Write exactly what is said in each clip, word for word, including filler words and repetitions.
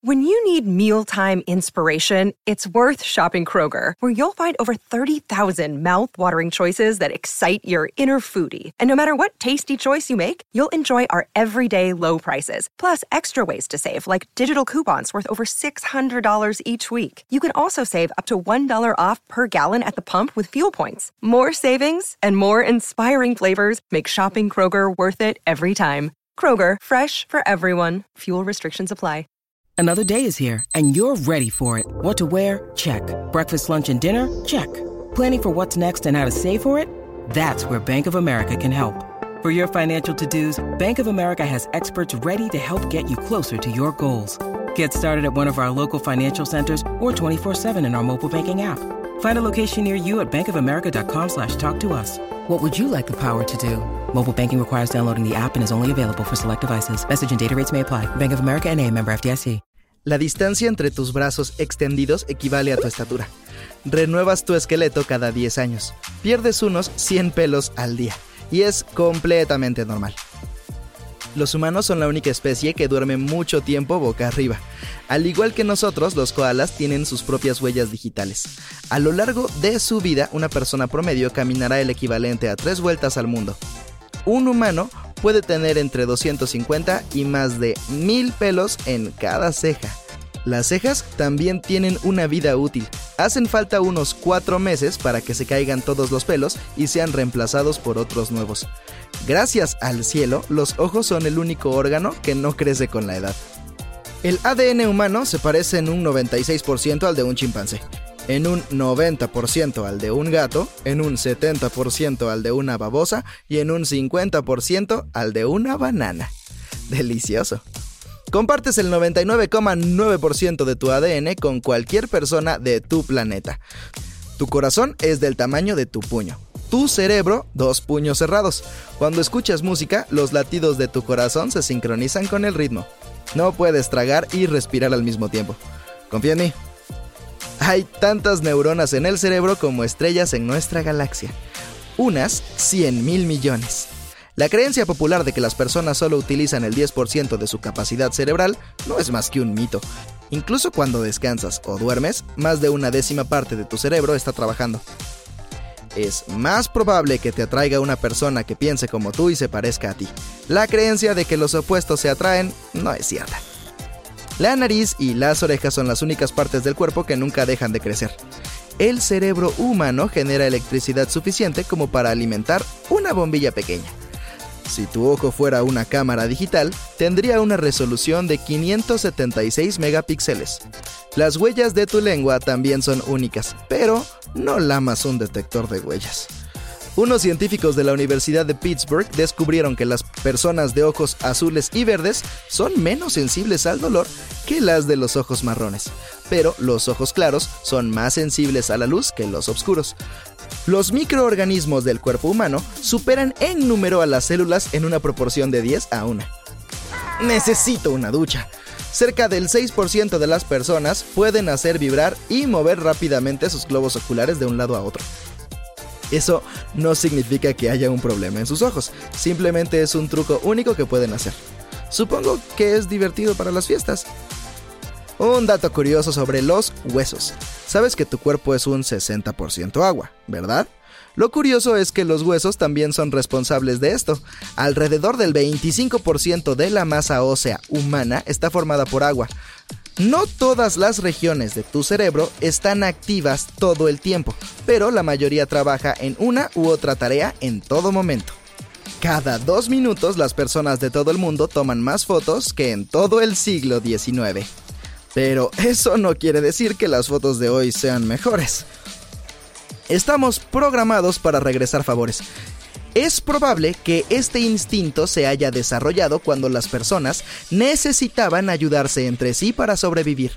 When you need mealtime inspiration, it's worth shopping Kroger, where you'll find over thirty thousand mouth-watering choices that excite your inner foodie. And no matter what tasty choice you make, you'll enjoy our everyday low prices, plus extra ways to save, like digital coupons worth over six hundred dollars each week. You can also save up to one dollar off per gallon at the pump with fuel points. More savings and more inspiring flavors make shopping Kroger worth it every time. Kroger, fresh for everyone. Fuel restrictions apply. Another day is here, and you're ready for it. What to wear? Check. Breakfast, lunch, and dinner? Check. Planning for what's next and how to save for it? That's where Bank of America can help. For your financial to-dos, Bank of America has experts ready to help get you closer to your goals. Get started at one of our local financial centers or twenty-four seven in our mobile banking app. Find a location near you at bankofamerica.com slash talk to us. What would you like the power to do? Mobile banking requires downloading the app and is only available for select devices. Message and data rates may apply. Bank of America N A, member F D I C. La distancia entre tus brazos extendidos equivale a tu estatura. Renuevas tu esqueleto cada diez años. Pierdes unos cien pelos al día. Y es completamente normal. Los humanos son la única especie que duerme mucho tiempo boca arriba. Al igual que nosotros, los koalas tienen sus propias huellas digitales. A lo largo de su vida, una persona promedio caminará el equivalente a tres vueltas al mundo. Un humano puede tener entre doscientos cincuenta y más de mil pelos en cada ceja. Las cejas también tienen una vida útil. Hacen falta unos cuatro meses para que se caigan todos los pelos y sean reemplazados por otros nuevos. Gracias al cielo, los ojos son el único órgano que no crece con la edad. El A D N humano se parece en un noventa y seis por ciento al de un chimpancé, en un noventa por ciento al de un gato, en un setenta por ciento al de una babosa y en un cincuenta por ciento al de una banana. Delicioso. Compartes el noventa y nueve coma nueve por ciento de tu A D N con cualquier persona de tu planeta. Tu corazón es del tamaño de tu puño. Tu cerebro, dos puños cerrados. Cuando escuchas música, los latidos de tu corazón se sincronizan con el ritmo. No puedes tragar y respirar al mismo tiempo. Confía en mí. Hay tantas neuronas en el cerebro como estrellas en nuestra galaxia. Unas cien mil millones. La creencia popular de que las personas solo utilizan el diez por ciento de su capacidad cerebral no es más que un mito. Incluso cuando descansas o duermes, más de una décima parte de tu cerebro está trabajando. Es más probable que te atraiga una persona que piense como tú y se parezca a ti. La creencia de que los opuestos se atraen no es cierta. La nariz y las orejas son las únicas partes del cuerpo que nunca dejan de crecer. El cerebro humano genera electricidad suficiente como para alimentar una bombilla pequeña. Si tu ojo fuera una cámara digital, tendría una resolución de quinientos setenta y seis megapíxeles. Las huellas de tu lengua también son únicas, pero no lamas un detector de huellas. Unos científicos de la Universidad de Pittsburgh descubrieron que las personas de ojos azules y verdes son menos sensibles al dolor que las de los ojos marrones, pero los ojos claros son más sensibles a la luz que los oscuros. Los microorganismos del cuerpo humano superan en número a las células en una proporción de diez a uno. Necesito una ducha. Cerca del seis por ciento de las personas pueden hacer vibrar y mover rápidamente sus globos oculares de un lado a otro. Eso no significa que haya un problema en sus ojos, simplemente es un truco único que pueden hacer. Supongo que es divertido para las fiestas. Un dato curioso sobre los huesos. Sabes que tu cuerpo es un sesenta por ciento agua, ¿verdad? Lo curioso es que los huesos también son responsables de esto. Alrededor del veinticinco por ciento de la masa ósea humana está formada por agua. No todas las regiones de tu cerebro están activas todo el tiempo, pero la mayoría trabaja en una u otra tarea en todo momento. Cada dos minutos las personas de todo el mundo toman más fotos que en todo el siglo diecinueve. Pero eso no quiere decir que las fotos de hoy sean mejores. Estamos programados para regresar favores. Es probable que este instinto se haya desarrollado cuando las personas necesitaban ayudarse entre sí para sobrevivir.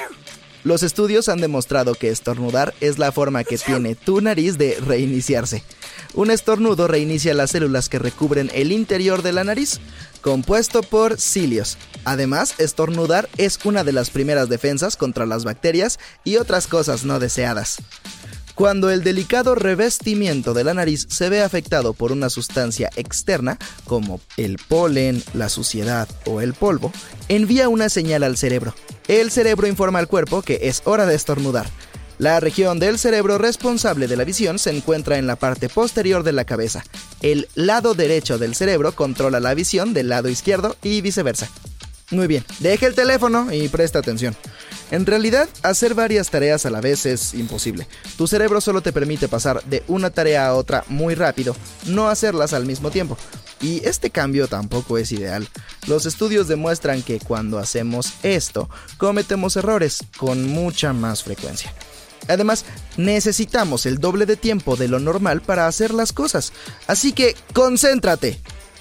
Los estudios han demostrado que estornudar es la forma que tiene tu nariz de reiniciarse. Un estornudo reinicia las células que recubren el interior de la nariz, compuesto por cilios. Además, estornudar es una de las primeras defensas contra las bacterias y otras cosas no deseadas. Cuando el delicado revestimiento de la nariz se ve afectado por una sustancia externa, como el polen, la suciedad o el polvo, envía una señal al cerebro. El cerebro informa al cuerpo que es hora de estornudar. La región del cerebro responsable de la visión se encuentra en la parte posterior de la cabeza. El lado derecho del cerebro controla la visión del lado izquierdo y viceversa. Muy bien, deja el teléfono y presta atención. En realidad, hacer varias tareas a la vez es imposible. Tu cerebro solo te permite pasar de una tarea a otra muy rápido, no hacerlas al mismo tiempo. Y este cambio tampoco es ideal. Los estudios demuestran que cuando hacemos esto, cometemos errores con mucha más frecuencia. Además, necesitamos el doble de tiempo de lo normal para hacer las cosas. Así que, ¡concéntrate!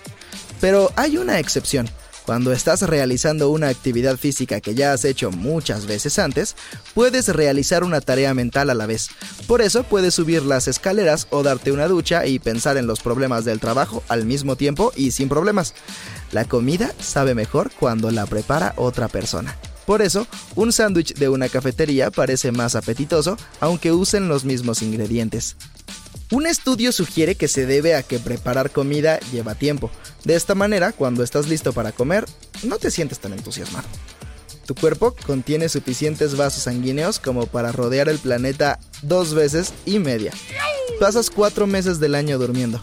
Pero hay una excepción. Cuando estás realizando una actividad física que ya has hecho muchas veces antes, puedes realizar una tarea mental a la vez. Por eso puedes subir las escaleras o darte una ducha y pensar en los problemas del trabajo al mismo tiempo y sin problemas. La comida sabe mejor cuando la prepara otra persona. Por eso, un sándwich de una cafetería parece más apetitoso, aunque usen los mismos ingredientes. Un estudio sugiere que se debe a que preparar comida lleva tiempo. De esta manera, cuando estás listo para comer, no te sientes tan entusiasmado. Tu cuerpo contiene suficientes vasos sanguíneos como para rodear el planeta dos veces y media. Pasas cuatro meses del año durmiendo.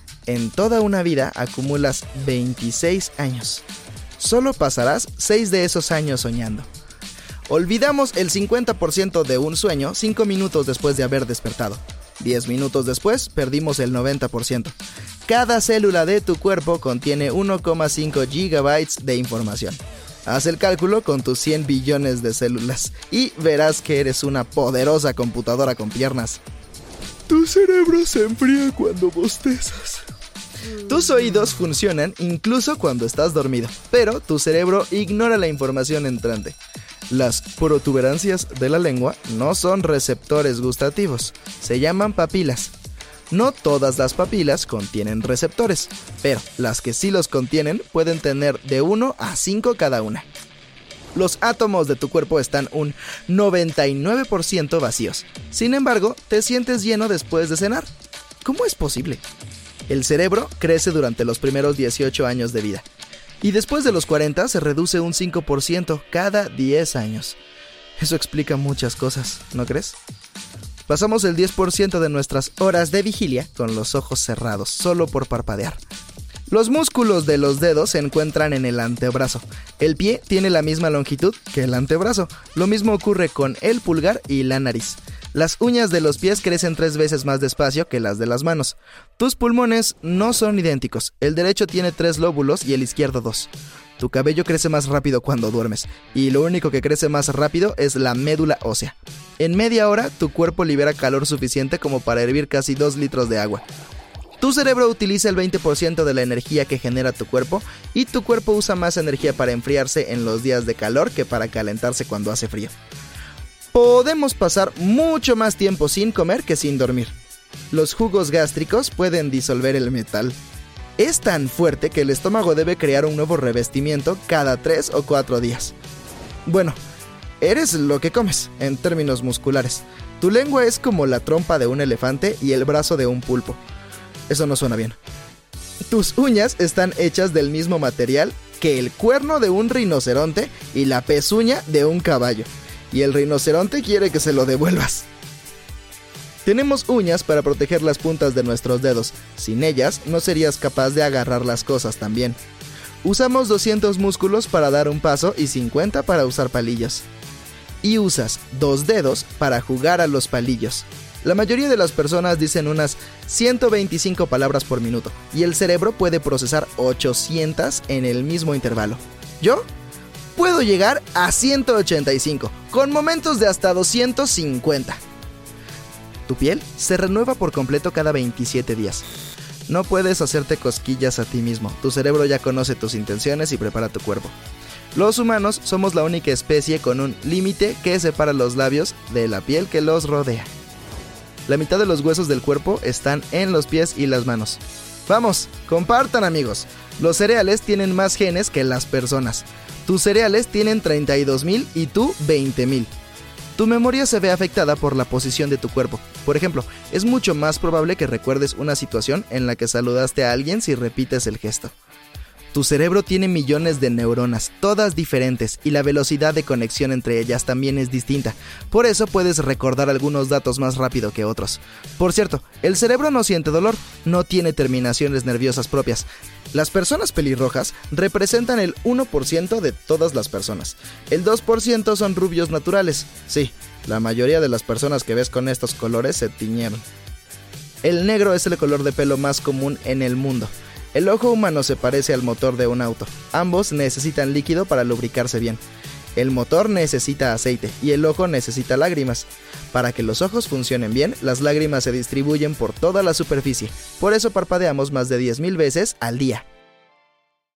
En toda una vida acumulas veintiséis años. Solo pasarás seis de esos años soñando. Olvidamos el cincuenta por ciento de un sueño cinco minutos después de haber despertado. diez minutos después, perdimos el noventa por ciento. Cada célula de tu cuerpo contiene uno coma cinco gigabytes de información. Haz el cálculo con tus cien billones de células y verás que eres una poderosa computadora con piernas. Tu cerebro se enfría cuando bostezas. Tus oídos funcionan incluso cuando estás dormido, pero tu cerebro ignora la información entrante. Las protuberancias de la lengua no son receptores gustativos, se llaman papilas. No todas las papilas contienen receptores, pero las que sí los contienen pueden tener de uno a cinco cada una. Los átomos de tu cuerpo están un noventa y nueve por ciento vacíos. Sin embargo, te sientes lleno después de cenar. ¿Cómo es posible? El cerebro crece durante los primeros dieciocho años de vida. Y después de los cuarenta se reduce un cinco por ciento cada diez años. Eso explica muchas cosas, ¿no crees? Pasamos el diez por ciento de nuestras horas de vigilia con los ojos cerrados, solo por parpadear. Los músculos de los dedos se encuentran en el antebrazo. El pie tiene la misma longitud que el antebrazo. Lo mismo ocurre con el pulgar y la nariz. Las uñas de los pies crecen tres veces más despacio que las de las manos. Tus pulmones no son idénticos. El derecho tiene tres lóbulos y el izquierdo dos. Tu cabello crece más rápido cuando duermes, y lo único que crece más rápido es la médula ósea. En media hora, tu cuerpo libera calor suficiente como para hervir casi dos litros de agua. Tu cerebro utiliza el veinte por ciento de la energía que genera tu cuerpo, y tu cuerpo usa más energía para enfriarse en los días de calor que para calentarse cuando hace frío. Podemos pasar mucho más tiempo sin comer que sin dormir. Los jugos gástricos pueden disolver el metal. Es tan fuerte que el estómago debe crear un nuevo revestimiento cada tres o cuatro días. Bueno, eres lo que comes, en términos musculares. Tu lengua es como la trompa de un elefante y el brazo de un pulpo. Eso no suena bien. Tus uñas están hechas del mismo material que el cuerno de un rinoceronte y la pezuña de un caballo. Y el rinoceronte quiere que se lo devuelvas. Tenemos uñas para proteger las puntas de nuestros dedos. Sin ellas, no serías capaz de agarrar las cosas tan bien. Usamos doscientos músculos para dar un paso y cincuenta para usar palillos. Y usas dos dedos para jugar a los palillos. La mayoría de las personas dicen unas ciento veinticinco palabras por minuto, y el cerebro puede procesar ochocientas en el mismo intervalo. ¿Yo? Puedo llegar a ciento ochenta y cinco, con momentos de hasta doscientos cincuenta. Tu piel se renueva por completo cada veintisiete días. No puedes hacerte cosquillas a ti mismo. Tu cerebro ya conoce tus intenciones y prepara tu cuerpo. Los humanos somos la única especie con un límite que separa los labios de la piel que los rodea. La mitad de los huesos del cuerpo están en los pies y las manos. Vamos, compartan, amigos. Los cereales tienen más genes que las personas. Tus cereales tienen treinta y dos mil y tú veinte mil. Tu memoria se ve afectada por la posición de tu cuerpo. Por ejemplo, es mucho más probable que recuerdes una situación en la que saludaste a alguien si repites el gesto. Tu cerebro tiene millones de neuronas, todas diferentes, y la velocidad de conexión entre ellas también es distinta. Por eso puedes recordar algunos datos más rápido que otros. Por cierto, el cerebro no siente dolor, no tiene terminaciones nerviosas propias. Las personas pelirrojas representan el uno por ciento de todas las personas. El dos por ciento son rubios naturales. Sí, la mayoría de las personas que ves con estos colores se tiñeron. El negro es el color de pelo más común en el mundo. El ojo humano se parece al motor de un auto. Ambos necesitan líquido para lubricarse bien. El motor necesita aceite y el ojo necesita lágrimas. Para que los ojos funcionen bien, las lágrimas se distribuyen por toda la superficie. Por eso parpadeamos más de diez mil veces al día.